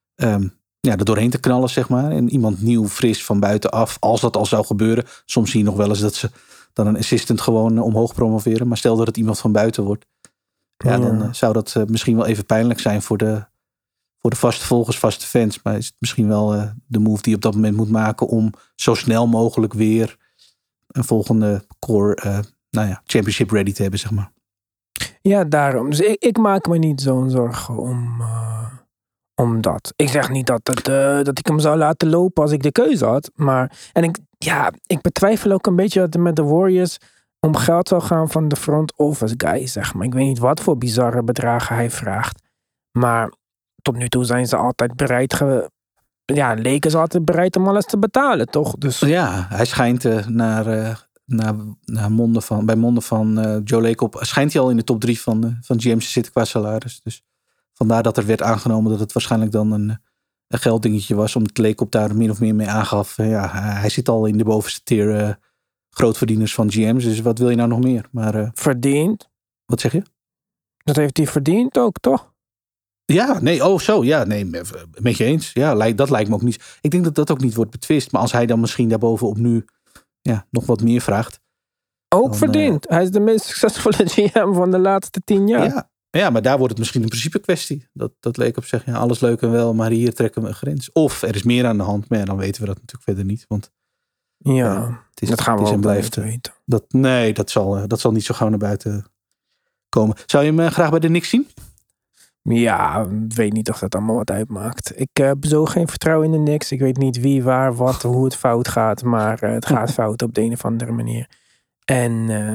Speaker 3: er doorheen te knallen, zeg maar. En iemand nieuw, fris van buitenaf, als dat al zou gebeuren. Soms zie je nog wel eens dat ze dan een assistant gewoon omhoog promoveren. Maar stel dat het iemand van buiten wordt. Ja, dan zou dat misschien wel even pijnlijk zijn voor de vaste volgers, vaste fans. Maar is het misschien wel de move die je op dat moment moet maken om zo snel mogelijk weer een volgende core championship ready te hebben, zeg maar.
Speaker 1: Ja, daarom. Dus ik maak me niet zo'n zorgen om dat. Ik zeg niet dat ik hem zou laten lopen als ik de keuze had. Maar, ik betwijfel ook een beetje dat het met de Warriors om geld zou gaan van de front office guy, zeg maar. Ik weet niet wat voor bizarre bedragen hij vraagt. Maar tot nu toe zijn ze altijd bereid leken ze altijd bereid om alles te betalen, toch? Dus
Speaker 3: ja, hij schijnt bij monden van Joe Lacob schijnt hij al in de top 3 van GM's te zitten qua salaris. Dus vandaar dat er werd aangenomen dat het waarschijnlijk dan een gelddingetje was, omdat Lacob daar min of meer mee aangaf. Hij zit al in de bovenste tier grootverdieners van GM's, dus wat wil je nou nog meer? Maar
Speaker 1: verdiend.
Speaker 3: Wat zeg je?
Speaker 1: Dat heeft hij verdiend ook, toch?
Speaker 3: Ja, nee, ja, nee, met je eens. Ja, dat lijkt me ook niet. Ik denk dat dat ook niet wordt betwist, maar als hij dan misschien daarbovenop nu nog wat meer vraagt.
Speaker 1: Ook
Speaker 3: dan,
Speaker 1: verdiend. Hij is de meest succesvolle GM van de laatste 10 jaar.
Speaker 3: Ja, maar daar wordt het misschien een principe kwestie. Dat leek op zeggen, alles leuk en wel, maar hier trekken we een grens. Of er is meer aan de hand, maar dan weten we dat natuurlijk verder niet. Want
Speaker 1: dat gaan we ook blijven weten.
Speaker 3: Dat zal niet zo gauw naar buiten komen. Zou je hem graag bij de Knicks zien?
Speaker 1: Ja, ik weet niet of dat allemaal wat uitmaakt. Ik heb zo geen vertrouwen in de Knicks. Ik weet niet wie, waar, wat, hoe het fout gaat. Maar het gaat fout op de een of andere manier. En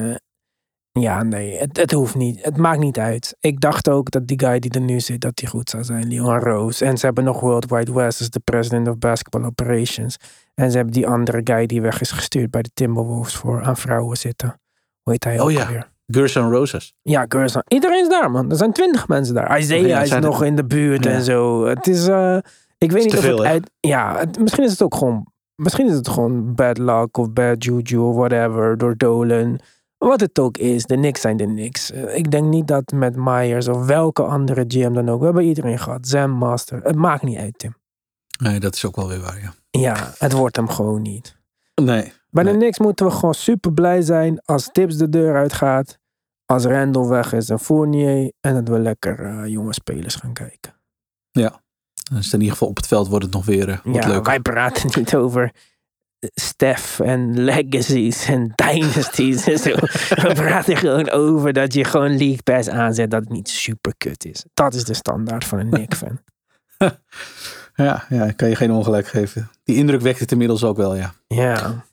Speaker 1: het hoeft niet. Het maakt niet uit. Ik dacht ook dat die guy die er nu zit, dat die goed zou zijn. Leon Rose. En ze hebben nog World Wide West als de president of basketball operations. En ze hebben die andere guy die weg is gestuurd bij de Timberwolves voor aan vrouwen zitten. Hoe heet hij ook alweer?
Speaker 3: Gerson Rosas.
Speaker 1: Ja, Gerson. Iedereen is daar, man. Er zijn 20 mensen daar. Isaiah is nog in de buurt en zo. Het is, ik weet niet of het uit... Ja, misschien is het ook gewoon... Misschien is het gewoon bad luck of bad juju of whatever door Dolan. Wat het ook is, de Knicks zijn de Knicks. Ik denk niet dat met Myers of welke andere GM dan ook. We hebben iedereen gehad. Zen Master. Het maakt niet uit, Tim.
Speaker 3: Nee, dat is ook wel weer waar, ja.
Speaker 1: Ja, het wordt hem gewoon niet.
Speaker 3: Nee.
Speaker 1: Bij de Knicks moeten we gewoon super blij zijn als Tibbs de deur uitgaat. Als Randall weg is en Fournier. En dat we lekker jonge spelers gaan kijken.
Speaker 3: Ja. Dus in ieder geval op het veld wordt het nog weer wat leuker.
Speaker 1: Wij praten niet over Steph en legacies en dynasties en zo. We praten gewoon over dat je gewoon League Pass aanzet dat het niet super kut is. Dat is de standaard van een Knicks-fan.
Speaker 3: Ja, ik kan je geen ongelijk geven. Die indruk wekt het inmiddels ook wel, ja.
Speaker 1: Ja.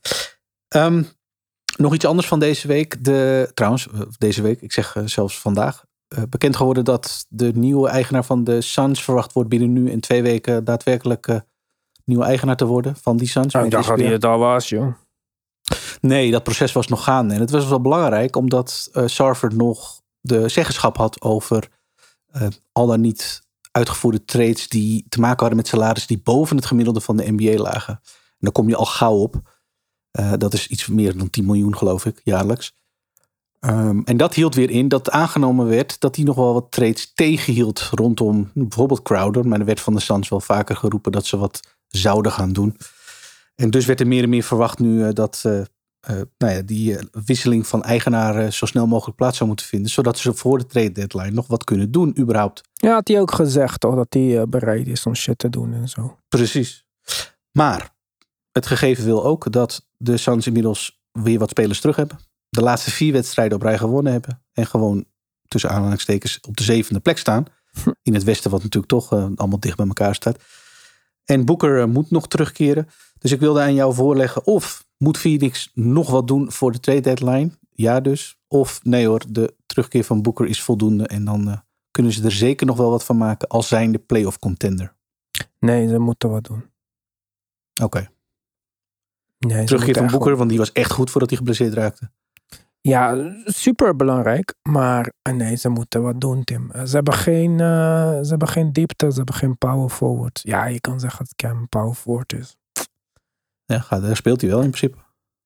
Speaker 3: Nog iets anders van deze week. Deze week, ik zeg zelfs vandaag. Bekend geworden dat de nieuwe eigenaar van de Suns verwacht wordt binnen nu en 2 weken daadwerkelijk nieuwe eigenaar te worden van die Suns.
Speaker 1: Ik dacht dat hij het al was, joh.
Speaker 3: Nee, dat proces was nog gaande. En het was wel belangrijk omdat Sarver nog de zeggenschap had over al dan niet uitgevoerde trades die te maken hadden met salarissen die boven het gemiddelde van de NBA lagen. En daar kom je al gauw op. Dat is iets meer dan 10 miljoen, geloof ik, jaarlijks. En dat hield weer in dat aangenomen werd dat hij nog wel wat trades tegenhield rondom bijvoorbeeld Crowder. Maar er werd van de Suns wel vaker geroepen dat ze wat zouden gaan doen. En dus werd er meer en meer verwacht nu dat die wisseling van eigenaar zo snel mogelijk plaats zou moeten vinden. Zodat ze voor de trade deadline nog wat kunnen doen überhaupt.
Speaker 1: Ja, had hij ook gezegd toch, dat hij bereid is om shit te doen en zo.
Speaker 3: Precies. Maar het gegeven wil ook dat de Suns inmiddels weer wat spelers terug hebben. De laatste 4 wedstrijden op rij gewonnen hebben. En gewoon tussen aanhalingstekens op de 7e plek staan. In het westen wat natuurlijk toch allemaal dicht bij elkaar staat. En Booker moet nog terugkeren. Dus ik wilde aan jou voorleggen. Of moet Phoenix nog wat doen voor de trade deadline? Ja dus. Of nee hoor, de terugkeer van Booker is voldoende. En dan kunnen ze er zeker nog wel wat van maken als zijnde playoff contender.
Speaker 1: Nee, ze moeten wat doen.
Speaker 3: Oké.
Speaker 1: Nee,
Speaker 3: terugkeer van Booker, want die was echt goed voordat hij geblesseerd raakte.
Speaker 1: Ja, super belangrijk. Maar nee, ze moeten wat doen, Tim. Ze hebben geen diepte, ze hebben geen power forward. Ja, je kan zeggen dat Cam power forward is.
Speaker 3: Ja, daar speelt hij wel in principe.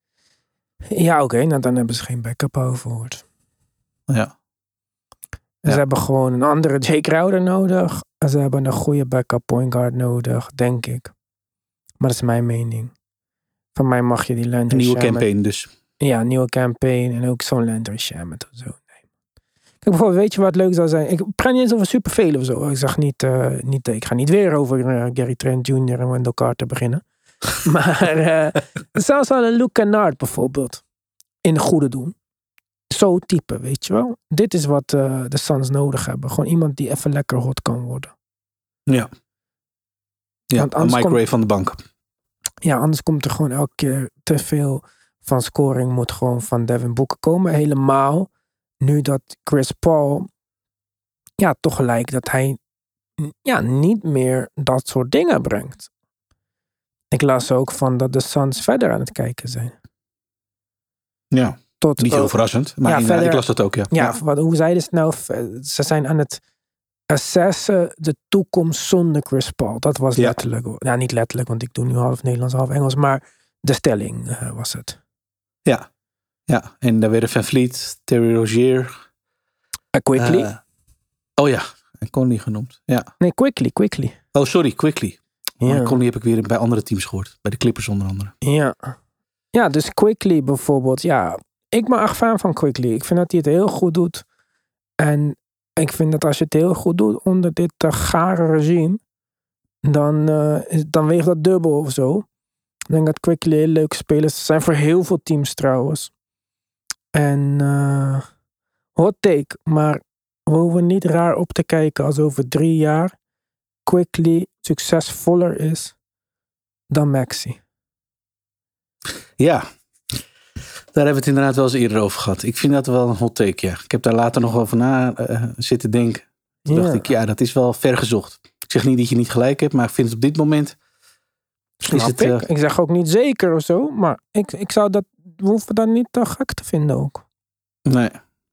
Speaker 1: Ja, oké, nou dan hebben ze geen backup power forward.
Speaker 3: Ja.
Speaker 1: Ze hebben gewoon een andere Jay Crowder nodig. Ze hebben een goede backup point guard nodig, denk ik. Maar dat is mijn mening. Van mij mag je die Landry
Speaker 3: een nieuwe
Speaker 1: Shamet...
Speaker 3: campaign dus.
Speaker 1: Ja, nieuwe campaign en ook zo'n Landry Shamet of zo. Nee. Kijk, bijvoorbeeld, weet je wat leuk zou zijn? Ik praat niet eens over superveel of zo. Ik zeg niet, ik ga niet weer over Gary Trent Jr. en Wendell Carter beginnen. Maar zelfs al een Luke Kennard bijvoorbeeld. In goede doen. Zo type, weet je wel. Dit is wat de Suns nodig hebben. Gewoon iemand die even lekker hot kan worden.
Speaker 3: Ja. Ja, een Mike Ray van de bank.
Speaker 1: Ja, anders komt er gewoon elke keer te veel van scoring. Moet gewoon van Devin Booker komen. Helemaal nu dat Chris Paul... Ja, toch gelijk dat hij... Ja, niet meer dat soort dingen brengt. Ik las ook van dat de Suns verder aan het kijken zijn.
Speaker 3: Ja, niet heel verrassend. Maar ja, verder, ik las dat ook, ja.
Speaker 1: Ja, hoe zeiden ze nou? Ze zijn aan het assessen de toekomst zonder Chris Paul. Dat was letterlijk. Ja, niet letterlijk, want ik doe nu half Nederlands, half Engels. Maar de stelling was het.
Speaker 3: Ja. Ja, en daar werden Van Vliet, Terry Rozier.
Speaker 1: Quickly.
Speaker 3: Oh ja, en Conley genoemd. Ja.
Speaker 1: Nee, Quickly.
Speaker 3: Oh, sorry, Quickly.
Speaker 1: Ja.
Speaker 3: Conley heb ik weer bij andere teams gehoord. Bij de Clippers onder andere.
Speaker 1: Ja, dus Quickly bijvoorbeeld. Ja, ik ben echt fan van Quickly. Ik vind dat hij het heel goed doet. En ik vind dat als je het heel goed doet onder dit gare regime, dan weegt dat dubbel of zo. Ik denk dat Quickly heel leuke spelers zijn voor heel veel teams trouwens. En hot take, maar we hoeven niet raar op te kijken als over 3 jaar Quickly succesvoller is dan Maxey.
Speaker 3: Ja, daar hebben we het inderdaad wel eens eerder over gehad. Ik vind dat wel een hot take, ja. Ik heb daar later nog over na zitten denken. Toen dacht ik, ja, dat is wel ver gezocht. Ik zeg niet dat je niet gelijk hebt, maar ik vind het op dit moment...
Speaker 1: Ik zeg ook niet zeker of zo, maar ik zou dat... We hoeven dat niet te gek te vinden ook.
Speaker 3: Nee.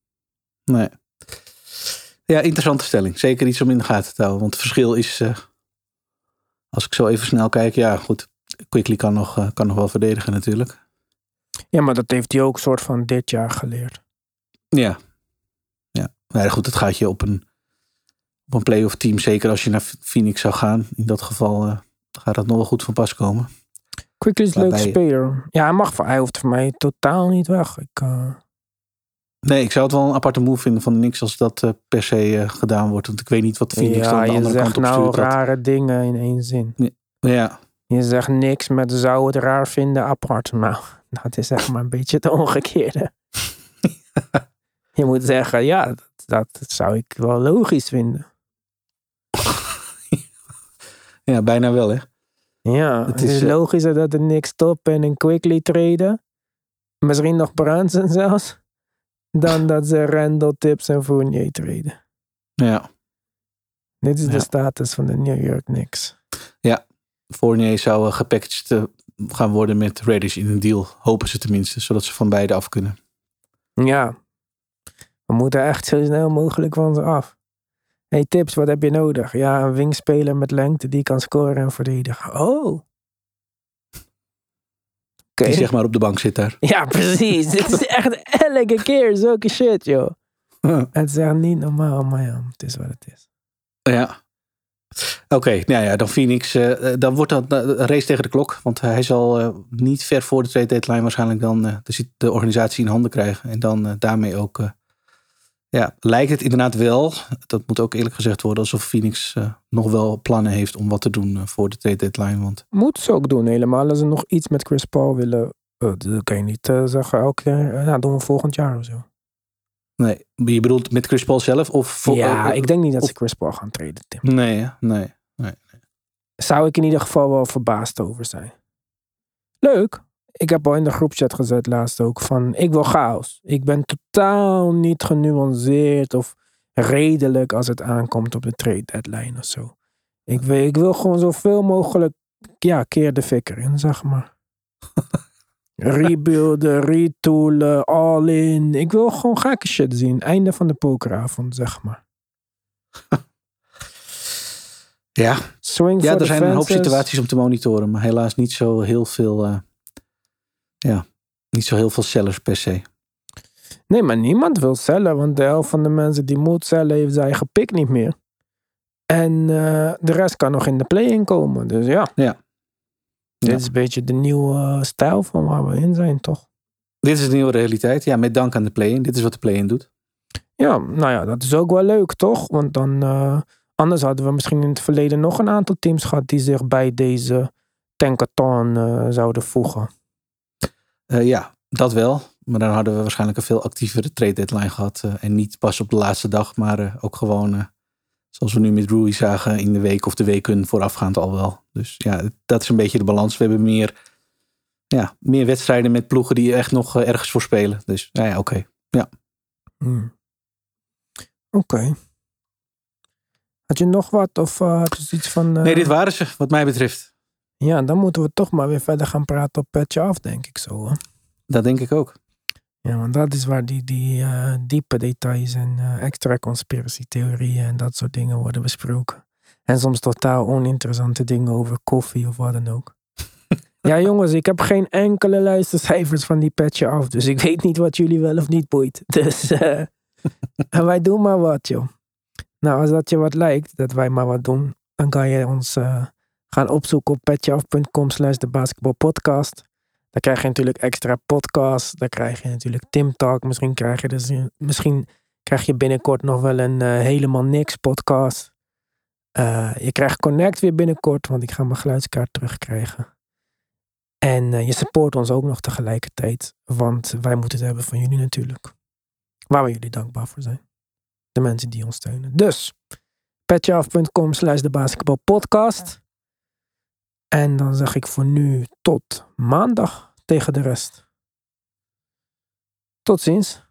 Speaker 3: Ja, interessante stelling. Zeker iets om in de gaten te houden. Want het verschil is... als ik zo even snel kijk, ja goed... Quickly kan nog wel verdedigen natuurlijk.
Speaker 1: Ja, maar dat heeft hij ook soort van dit jaar geleerd.
Speaker 3: Ja. Maar goed, het gaat je op een playoff team. Zeker als je naar Phoenix zou gaan. In dat geval gaat dat nog wel goed van pas komen.
Speaker 1: Quickly is een leuke speler. Ja, hij hoeft voor mij totaal niet weg.
Speaker 3: Nee, ik zou het wel een aparte move vinden van niks als dat per se gedaan wordt. Want ik weet niet wat Phoenix dan de andere kant op stuurt.
Speaker 1: Ja, je zegt nou rare dingen in één zin.
Speaker 3: Ja.
Speaker 1: Je zegt niks met zou het raar vinden apart. Nou, dat is zeg maar een beetje het omgekeerde. Je moet zeggen, ja, dat zou ik wel logisch vinden.
Speaker 3: Ja, bijna wel, hè?
Speaker 1: Ja, het is logischer dat er niks stoppen en een Quickly treden. Misschien nog Brunson zelfs. Dan dat ze Randall, Tibbs en Fournier treden.
Speaker 3: Ja.
Speaker 1: Dit is de status van de New York Knicks.
Speaker 3: Ja, Fournier zou gepackaged gaan worden met Reddish in een deal. Hopen ze tenminste, zodat ze van beide af kunnen.
Speaker 1: Ja. We moeten echt zo snel mogelijk van ze af. Hey Tibbs, wat heb je nodig? Ja, een wingspeler met lengte die kan scoren en verdedigen. Oh.
Speaker 3: Die zeg maar op de bank zit daar.
Speaker 1: Ja, precies. Dit is echt elke keer zulke shit, joh. Het is echt niet normaal, maar ja, het is wat het is.
Speaker 3: Ja. Oké, nou ja, dan Phoenix. Dan wordt dat een race tegen de klok. Want hij zal niet ver voor de trade deadline waarschijnlijk dan de organisatie in handen krijgen. En dan daarmee ook... lijkt het inderdaad wel, dat moet ook eerlijk gezegd worden, alsof Phoenix nog wel plannen heeft om wat te doen voor de trade deadline. Want...
Speaker 1: Moeten ze ook doen, helemaal. Als ze nog iets met Chris Paul willen, dan kan je niet zeggen elke keer, doen we volgend jaar of zo.
Speaker 3: Nee, je bedoelt met Chris Paul zelf?
Speaker 1: Ik denk niet dat ze Chris Paul gaan traden, Tim.
Speaker 3: Nee.
Speaker 1: Zou ik in ieder geval wel verbaasd over zijn. Leuk. Ik heb al in de groepchat gezet laatst ook van, ik wil chaos. Ik ben totaal niet genuanceerd of redelijk als het aankomt op de trade deadline of zo. Ik wil gewoon zoveel mogelijk, keer de fikker in, zeg maar. Rebuilden, retoolen, all in. Ik wil gewoon gekke shit zien. Einde van de pokeravond, zeg maar.
Speaker 3: Ja, er zijn een hoop situaties om te monitoren, maar helaas niet zo heel veel... niet zo heel veel sellers per se.
Speaker 1: Nee, maar niemand wil sellen. Want de helft van de mensen die moet sellen heeft zijn eigen pick niet meer. En de rest kan nog in de play-in komen. Dus ja. Dit is een beetje de nieuwe stijl van waar we in zijn, toch?
Speaker 3: Dit is de nieuwe realiteit. Ja, met dank aan de play-in. Dit is wat de play-in doet.
Speaker 1: Ja, nou ja, dat is ook wel leuk, toch? Want dan, anders hadden we misschien in het verleden nog een aantal teams gehad die zich bij deze tankathon zouden voegen.
Speaker 3: Ja, dat wel. Maar dan hadden we waarschijnlijk een veel actievere trade deadline gehad. En niet pas op de laatste dag, maar ook gewoon zoals we nu met Rui zagen in de week of de weken voorafgaand al wel. Dus ja, dat is een beetje de balans. We hebben meer wedstrijden met ploegen die echt nog ergens voor spelen. Dus ja, oké. Ja.
Speaker 1: Oké. Had je nog wat of had je iets van...
Speaker 3: Nee, dit waren ze, wat mij betreft.
Speaker 1: Ja, dan moeten we toch maar weer verder gaan praten op Petje Af, denk ik zo. Hè?
Speaker 3: Dat denk ik ook.
Speaker 1: Ja, want dat is waar die diepe details en extra conspiracy-theorieën en dat soort dingen worden besproken. En soms totaal oninteressante dingen over koffie of wat dan ook. Ja, jongens, ik heb geen enkele luistercijfers van die Petje Af, dus ik weet niet wat jullie wel of niet boeit. Dus en wij doen maar wat, joh. Nou, als dat je wat lijkt, dat wij maar wat doen, dan kan je ons gaan opzoeken op petjeaf.com/debasketbalpodcast. Dan krijg je natuurlijk extra podcasts. Dan krijg je natuurlijk Tim Talk. Misschien krijg je binnenkort nog wel een helemaal niks podcast. Je krijgt Connect weer binnenkort, want ik ga mijn geluidskaart terugkrijgen. En je support ons ook nog tegelijkertijd, want wij moeten het hebben van jullie natuurlijk. Waar we jullie dankbaar voor zijn. De mensen die ons steunen. Dus, petjeaf.com/debasketbalpodcast. En dan zeg ik voor nu tot maandag tegen de rest. Tot ziens.